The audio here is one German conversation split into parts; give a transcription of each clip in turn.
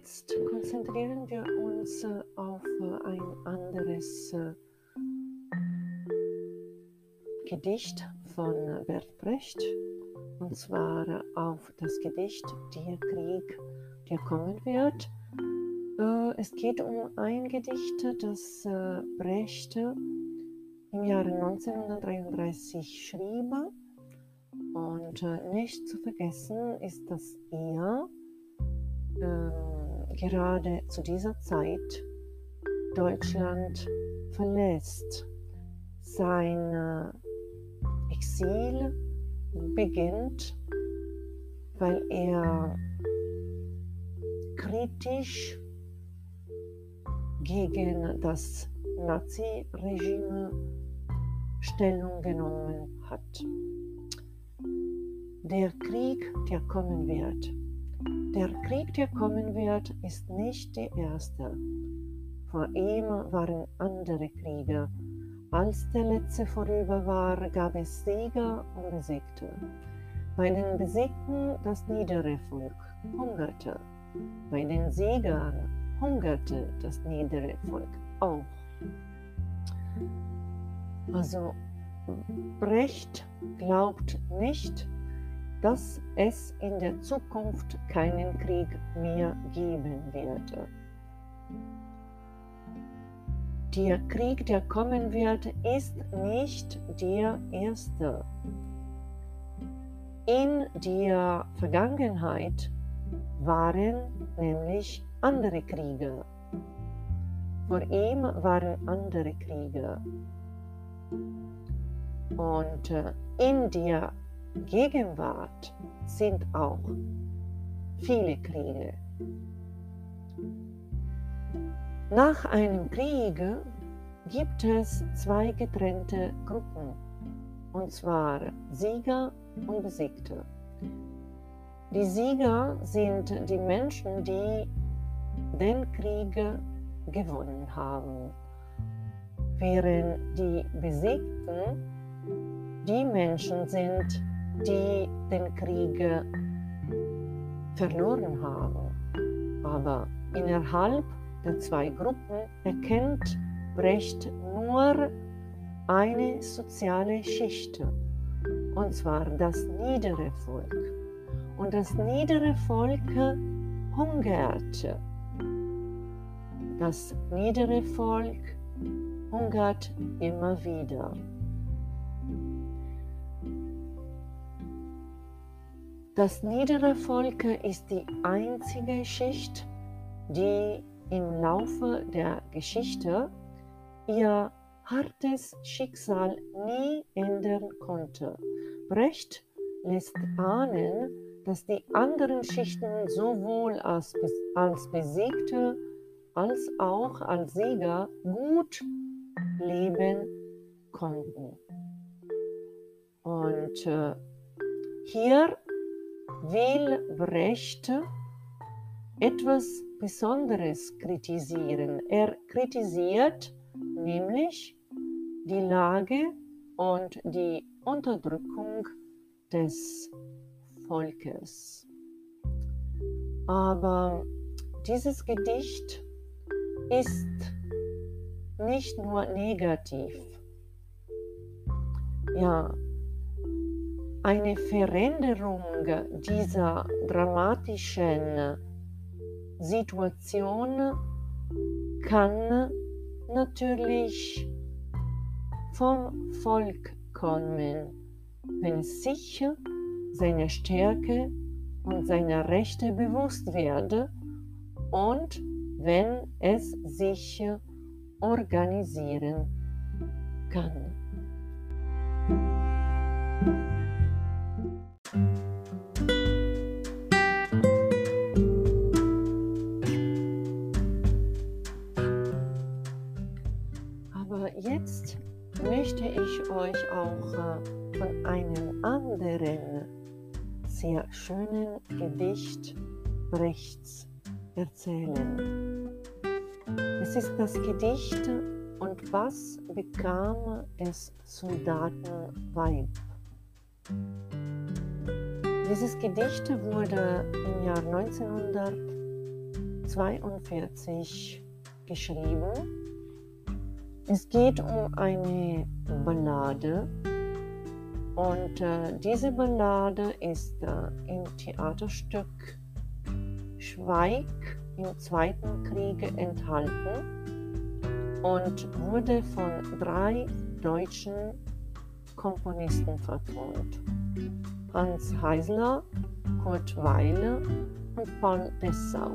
jetzt konzentrieren wir uns auf ein anderes Gedicht von Bert Brecht, und zwar auf das Gedicht Der Krieg, der kommen wird. Es geht um ein Gedicht, das Brecht im Jahre 1933 schrieb, und nicht zu vergessen ist, dass er gerade zu dieser Zeit Deutschland verlässt. Sein Exil beginnt, weil er kritisch gegen das Nazi-Regime Stellung genommen hat. Der Krieg, der kommen wird. Der Krieg, der kommen wird, ist nicht der erste. Vor ihm waren andere Kriege. Als der letzte vorüber war, gab es Sieger und Besiegte. Bei den Besiegten das niedere Volk hungerte. Bei den Siegern hungerte das niedere Volk auch. Also Brecht glaubt nicht, dass es in der Zukunft keinen Krieg mehr geben werde. Der Krieg, der kommen wird, ist nicht der erste. In der Vergangenheit waren nämlich andere Kriege. Vor ihm waren andere Kriege. Und in der Gegenwart sind auch viele Kriege. Nach einem Krieg gibt es zwei getrennte Gruppen, und zwar Sieger und Besiegte. Die Sieger sind die Menschen, die den Krieg gewonnen haben, während die Besiegten die Menschen sind, die den Krieg verloren haben. Aber innerhalb der zwei Gruppen erkennt Brecht nur eine soziale Schicht, und zwar das niedere Volk. Und das niedere Volk hungert. Das niedere Volk hungert immer wieder. Das niedere Volk ist die einzige Schicht, die im Laufe der Geschichte ihr hartes Schicksal nie ändern konnte. Brecht lässt ahnen, dass die anderen Schichten sowohl als Besiegte als auch als Sieger gut leben konnten. Und hier will Brecht etwas Besonderes kritisieren. Er kritisiert nämlich die Lage und die Unterdrückung des Volkes. Aber dieses Gedicht ist nicht nur negativ. Ja, eine Veränderung dieser dramatischen Situation kann natürlich vom Volk kommen, wenn es sich seiner Stärke und seiner Rechte bewusst werde und wenn es sich organisieren kann. Aber jetzt möchte ich euch auch von einem anderen sehr schönen Gedicht Brechts erzählen. Es ist das Gedicht "Und was bekam des Soldaten Weib?". Dieses Gedicht wurde im Jahr 1900 1942 geschrieben. Es geht um eine Ballade und diese Ballade ist im Theaterstück Schweig im Zweiten Kriege enthalten und wurde von 3 deutschen Komponisten vertont: Hans Heisler, Kurt Weiler und Paul Dessau.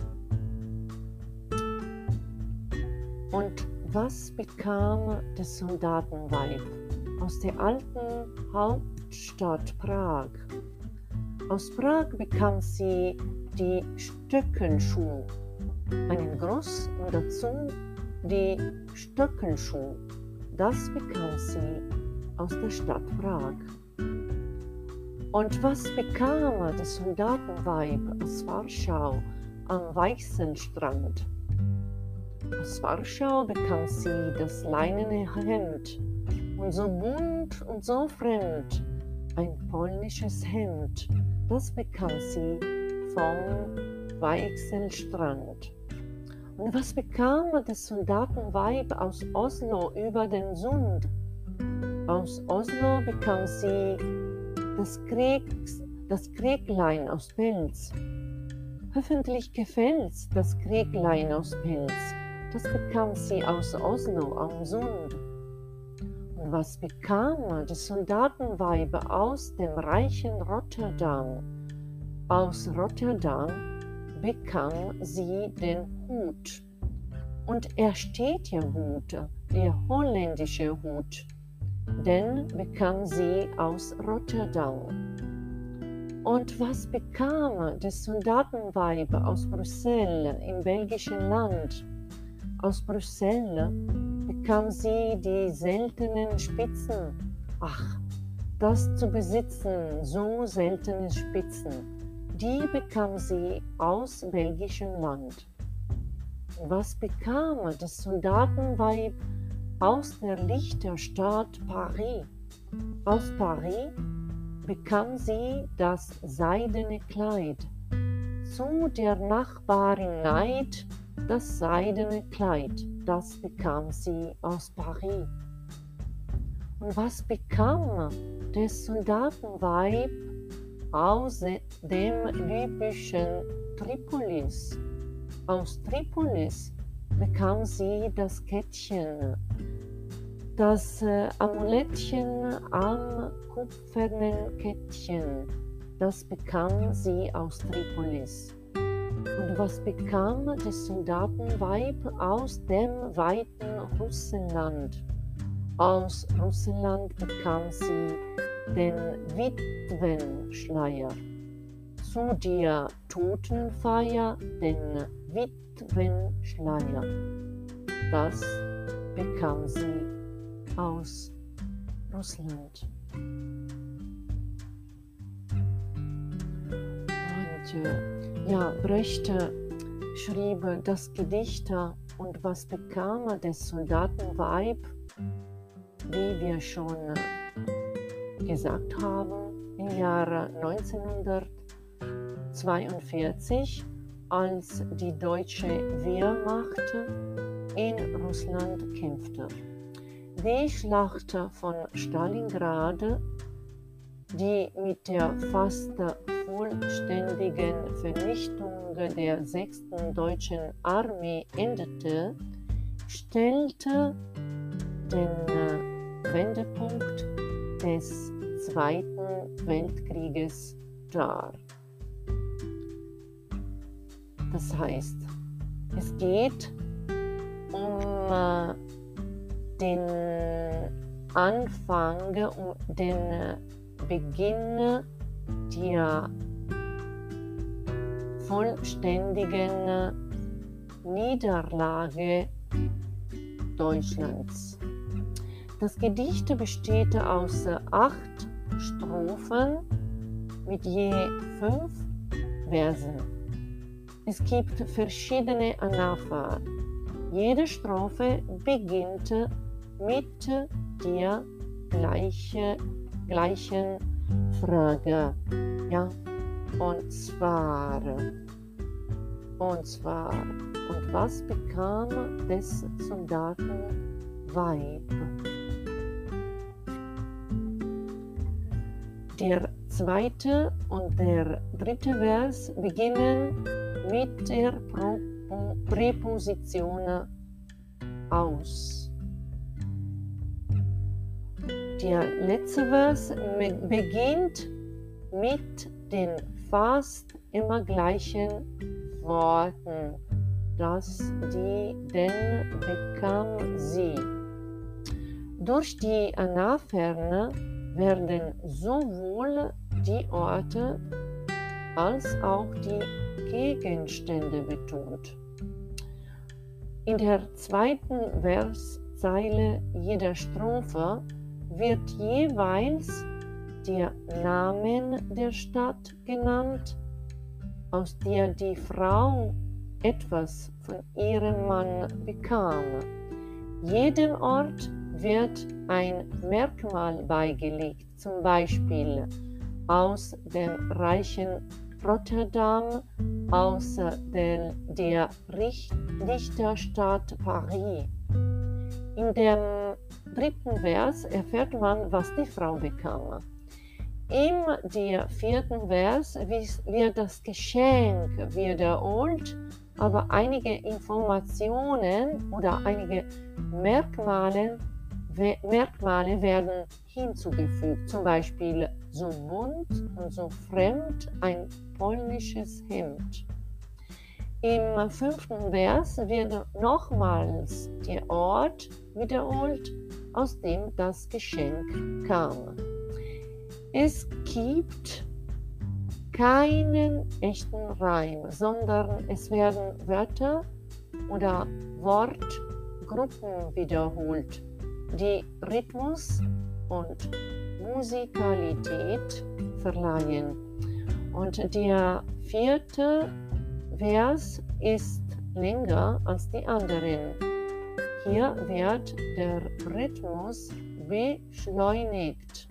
Und was bekam das Soldatenweib aus der alten Hauptstadt Prag? Aus Prag bekam sie die Stöckelschuh, einen Gruß und dazu die Stöckelschuh. Das bekam sie aus der Stadt Prag. Und was bekam das Soldatenweib aus Warschau am Weichselstrand? Aus Warschau bekam sie das leinene Hemd und so bunt und so fremd, ein polnisches Hemd, das bekam sie vom Weichselstrand. Und was bekam das Soldatenweib aus Oslo über den Sund? Aus Oslo bekam sie das Kräglein aus Pelz. Hoffentlich gefällt's, das Kräglein aus Pelz. Das bekam sie aus Oslo am Sund. Und was bekam das Soldatenweib aus dem reichen Rotterdam? Aus Rotterdam bekam sie den Hut. Und er steht ja gut, der holländische Hut. Den bekam sie aus Rotterdam. Und was bekam das Soldatenweib aus Brüssel im belgischen Land? Aus Brüssel bekam sie die seltenen Spitzen. Ach, das zu besitzen, so seltene Spitzen, die bekam sie aus belgischem Land. Was bekam das Soldatenweib aus der Lichterstadt Paris? Aus Paris bekam sie das seidene Kleid. Zu der Nachbarin Neid, das seidene Kleid, das bekam sie aus Paris. Und was bekam das Soldatenweib aus dem libyschen Tripolis? Aus Tripolis bekam sie das Kettchen, das Amulettchen am kupfernen Kettchen, das bekam sie aus Tripolis. Und was bekam das Soldatenweib aus dem weiten Russenland? Aus Russenland bekam sie den Witwenschleier. Zu der Totenfeier den Witwenschleier. Das bekam sie aus Russland. Und Brecht schrieb das Gedicht und was bekam das Soldatenweib, wie wir schon gesagt haben, im Jahre 1942, als die deutsche Wehrmacht in Russland kämpfte. Die Schlacht von Stalingrad, die mit der fast vollständigen Vernichtung der 6. Deutschen Armee endete, stellte den Wendepunkt des Zweiten Weltkrieges dar. Das heißt, es geht um den Anfang, um den Beginn der vollständigen Niederlage Deutschlands. Das Gedicht besteht aus 8 Strophen mit je 5 Versen. Es gibt verschiedene Anapha. Jede Strophe beginnt mit der gleichen Frage. Ja, und zwar, Und zwar, und was bekam des Soldaten Weib? Der zweite und der dritte Vers beginnen mit der Präposition aus. Der letzte Vers beginnt mit den fast immer gleichen Worten. Das, die, denn, bekam sie. Durch die Anaferne werden sowohl die Orte als auch die Gegenstände betont. In der zweiten Verszeile jeder Strophe wird jeweils der Name der Stadt genannt, aus der die Frau etwas von ihrem Mann bekam. Jedem Ort wird ein Merkmal beigelegt, zum Beispiel aus dem reichen Rotterdam, aus der Dichterstadt Paris. In dem dritten Vers erfährt man, was die Frau bekam. Im der vierten Vers wird das Geschenk wiederholt, aber einige Informationen oder einige Merkmale werden hinzugefügt, zum Beispiel so bunt und so fremd ein polnisches Hemd. Im fünften Vers wird nochmals der Ort wiederholt, aus dem das Geschenk kam. Es gibt keinen echten Reim, sondern es werden Wörter oder Wortgruppen wiederholt, die Rhythmus und Musikalität verleihen. Und der vierte Vers ist länger als die anderen. Hier wird der Rhythmus beschleunigt.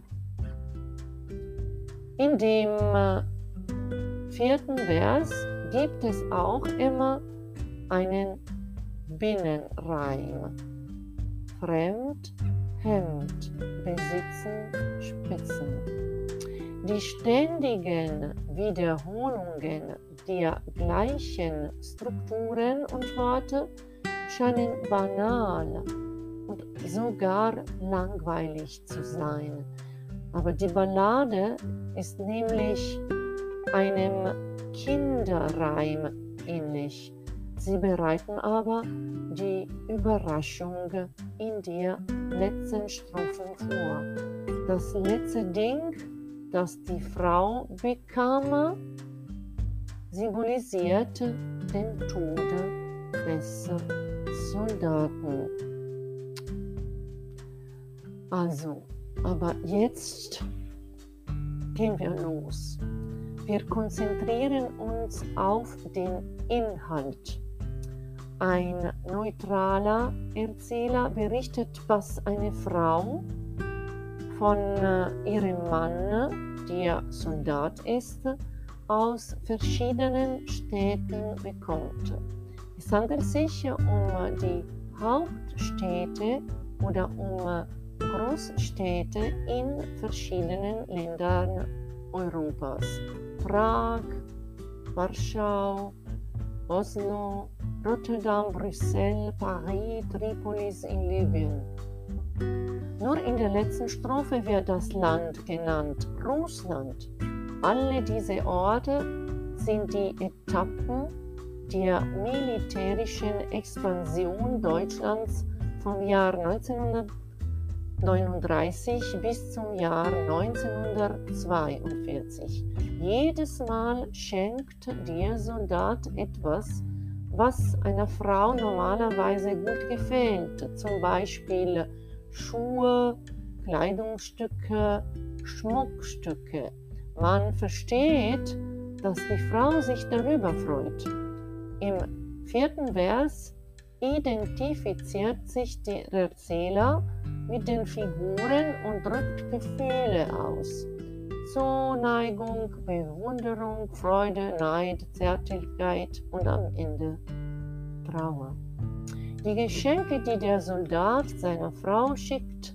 In dem vierten Vers gibt es auch immer einen Binnenreim. Fremd, Hemd, besitzen, Spitzen. Die ständigen Wiederholungen der gleichen Strukturen und Worte scheinen banal und sogar langweilig zu sein. Aber die Ballade ist nämlich einem Kinderreim ähnlich. Sie bereiten aber die Überraschung in der letzten Strophe vor. Das letzte Ding, das die Frau bekam, symbolisiert den Tod des Soldaten. Also, aber jetzt gehen wir los. Wir konzentrieren uns auf den Inhalt. Ein neutraler Erzähler berichtet, was eine Frau von ihrem Mann, der Soldat ist, aus verschiedenen Städten bekommt. Es handelt sich um die Hauptstädte oder um Großstädte in verschiedenen Ländern Europas. Prag, Warschau, Oslo, Rotterdam, Brüssel, Paris, Tripolis in Libyen. Nur in der letzten Strophe wird das Land genannt, Russland. Alle diese Orte sind die Etappen der militärischen Expansion Deutschlands vom Jahr 1939 bis zum Jahr 1942. Jedes Mal schenkt der Soldat etwas, was einer Frau normalerweise gut gefällt, zum Beispiel Schuhe, Kleidungsstücke, Schmuckstücke. Man versteht, dass die Frau sich darüber freut. Im vierten Vers identifiziert sich der Erzähler mit den Figuren und drückt Gefühle aus. Zuneigung, Bewunderung, Freude, Neid, Zärtlichkeit und am Ende Trauer. Die Geschenke, die der Soldat seiner Frau schickt,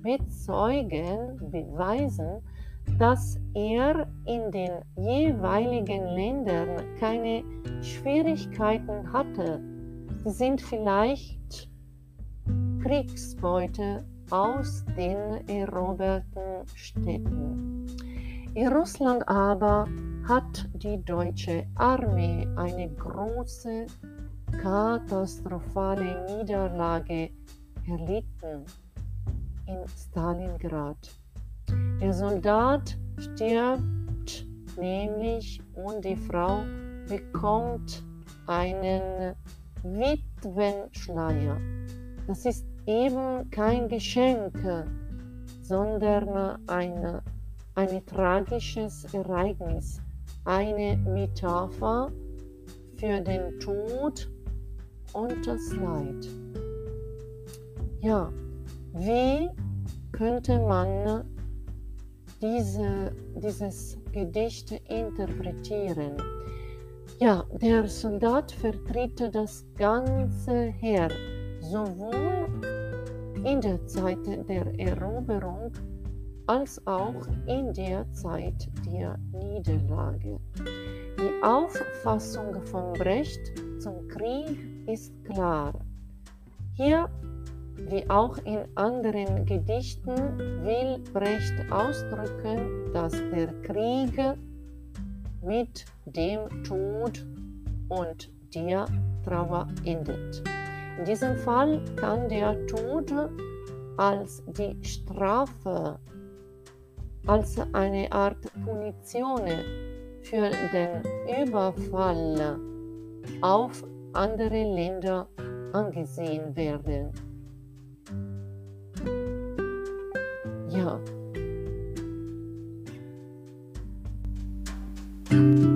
beweisen, dass er in den jeweiligen Ländern keine Schwierigkeiten hatte. Sie sind vielleicht Kriegsbeute aus den eroberten Städten. In Russland aber hat die deutsche Armee eine große, katastrophale Niederlage erlitten in Stalingrad. Der Soldat stirbt nämlich und die Frau bekommt einen Witwenschleier. Das ist eben kein Geschenk, sondern ein tragisches Ereignis, eine Metapher für den Tod und das Leid. Ja, wie könnte man dieses Gedicht interpretieren? Ja, der Soldat vertritt das ganze Heer, sowohl in der Zeit der Eroberung als auch in der Zeit der Niederlage. Die Auffassung von Brecht zum Krieg ist klar. Hier, wie auch in anderen Gedichten, will Brecht ausdrücken, dass der Krieg mit dem Tod und der Trauer endet. In diesem Fall kann der Tod als die Strafe, als eine Art Punition für den Überfall auf andere Länder angesehen werden. Ja.